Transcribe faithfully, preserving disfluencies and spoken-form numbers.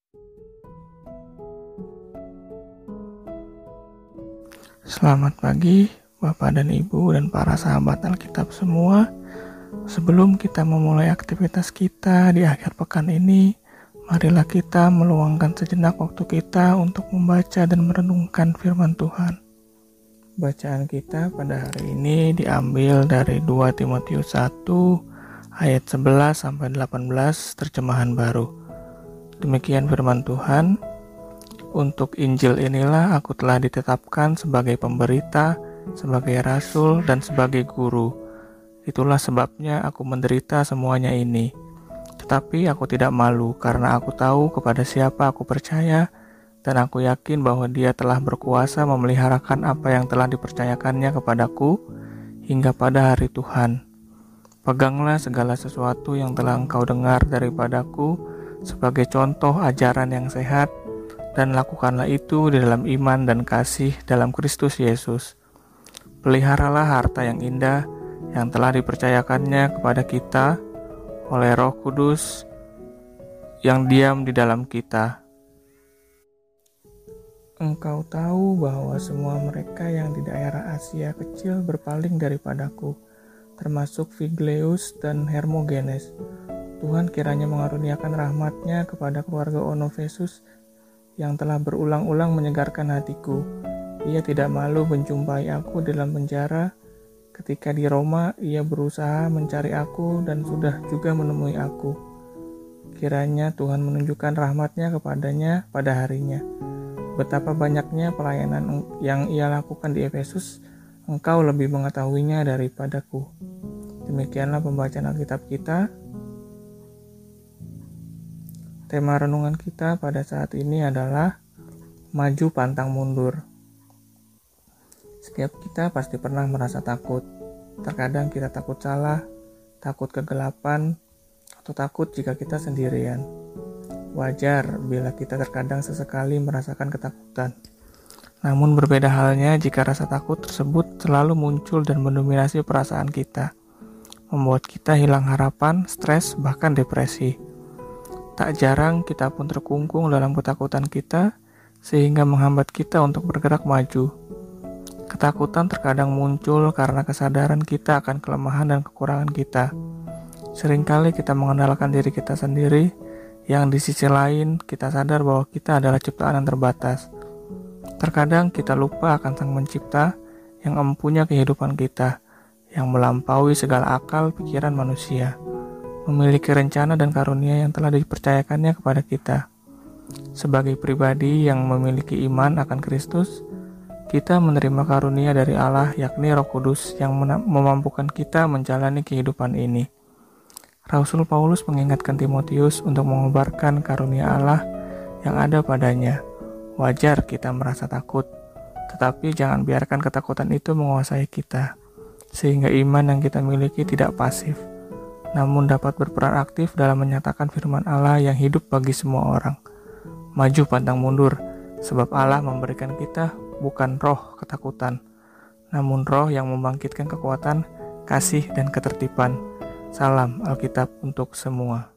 Selamat pagi, Bapak dan Ibu dan para sahabat Alkitab semua. Sebelum kita memulai aktivitas kita di akhir pekan ini, marilah kita meluangkan sejenak waktu kita untuk membaca dan merenungkan firman Tuhan. Bacaan kita pada hari ini diambil dari dua Timotius satu ayat sebelas sampai delapan belas terjemahan baru. Demikian firman Tuhan. Untuk Injil inilah aku telah ditetapkan sebagai pemberita, sebagai rasul, dan sebagai guru. Itulah sebabnya aku menderita semuanya ini. Tetapi aku tidak malu karena aku tahu kepada siapa aku percaya, dan aku yakin bahwa Dia telah berkuasa memeliharakan apa yang telah dipercayakannya kepadaku hingga pada hari Tuhan. Peganglah segala sesuatu yang telah engkau dengar daripadaku sebagai contoh ajaran yang sehat, dan lakukanlah itu di dalam iman dan kasih dalam Kristus Yesus. Peliharalah harta yang indah yang telah dipercayakannya kepada kita oleh Roh Kudus yang diam di dalam kita. Engkau tahu bahwa semua mereka yang di daerah Asia kecil berpaling daripadaku, termasuk Figleus dan Hermogenes. Tuhan kiranya mengaruniakan rahmat-Nya kepada keluarga Onofesus yang telah berulang-ulang menyegarkan hatiku. Ia tidak malu menjumpai aku dalam penjara. Ketika di Roma, ia berusaha mencari aku dan sudah juga menemui aku. Kiranya Tuhan menunjukkan rahmat-Nya kepadanya pada harinya. Betapa banyaknya pelayanan yang ia lakukan di Efesus, engkau lebih mengetahuinya daripadaku. Demikianlah pembacaan Alkitab kita. Tema renungan kita pada saat ini adalah maju pantang mundur. Setiap kita pasti pernah merasa takut. Terkadang kita takut salah, takut kegelapan, atau takut jika kita sendirian. Wajar bila kita terkadang sesekali merasakan ketakutan. Namun berbeda halnya jika rasa takut tersebut selalu muncul dan mendominasi perasaan kita, membuat kita hilang harapan, stres, bahkan depresi. Tak jarang kita pun terkungkung dalam ketakutan kita, sehingga menghambat kita untuk bergerak maju. Ketakutan terkadang muncul karena kesadaran kita akan kelemahan dan kekurangan kita. Seringkali kita mengandalkan diri kita sendiri, yang di sisi lain kita sadar bahwa kita adalah ciptaan yang terbatas. Terkadang kita lupa akan Sang Pencipta yang empunya kehidupan kita, yang melampaui segala akal pikiran manusia, memiliki rencana dan karunia yang telah dipercayakannya kepada kita. Sebagai pribadi yang memiliki iman akan Kristus, kita menerima karunia dari Allah, yakni Roh Kudus yang memampukan kita menjalani kehidupan ini. Rasul Paulus mengingatkan Timotius untuk mengobarkan karunia Allah yang ada padanya. Wajar kita merasa takut, tetapi jangan biarkan ketakutan itu menguasai kita, sehingga iman yang kita miliki tidak pasif, namun dapat berperan aktif dalam menyatakan firman Allah yang hidup bagi semua orang. Maju pantang mundur, sebab Allah memberikan kita bukan roh ketakutan, namun roh yang membangkitkan kekuatan, kasih, dan ketertiban. Salam Alkitab untuk semua.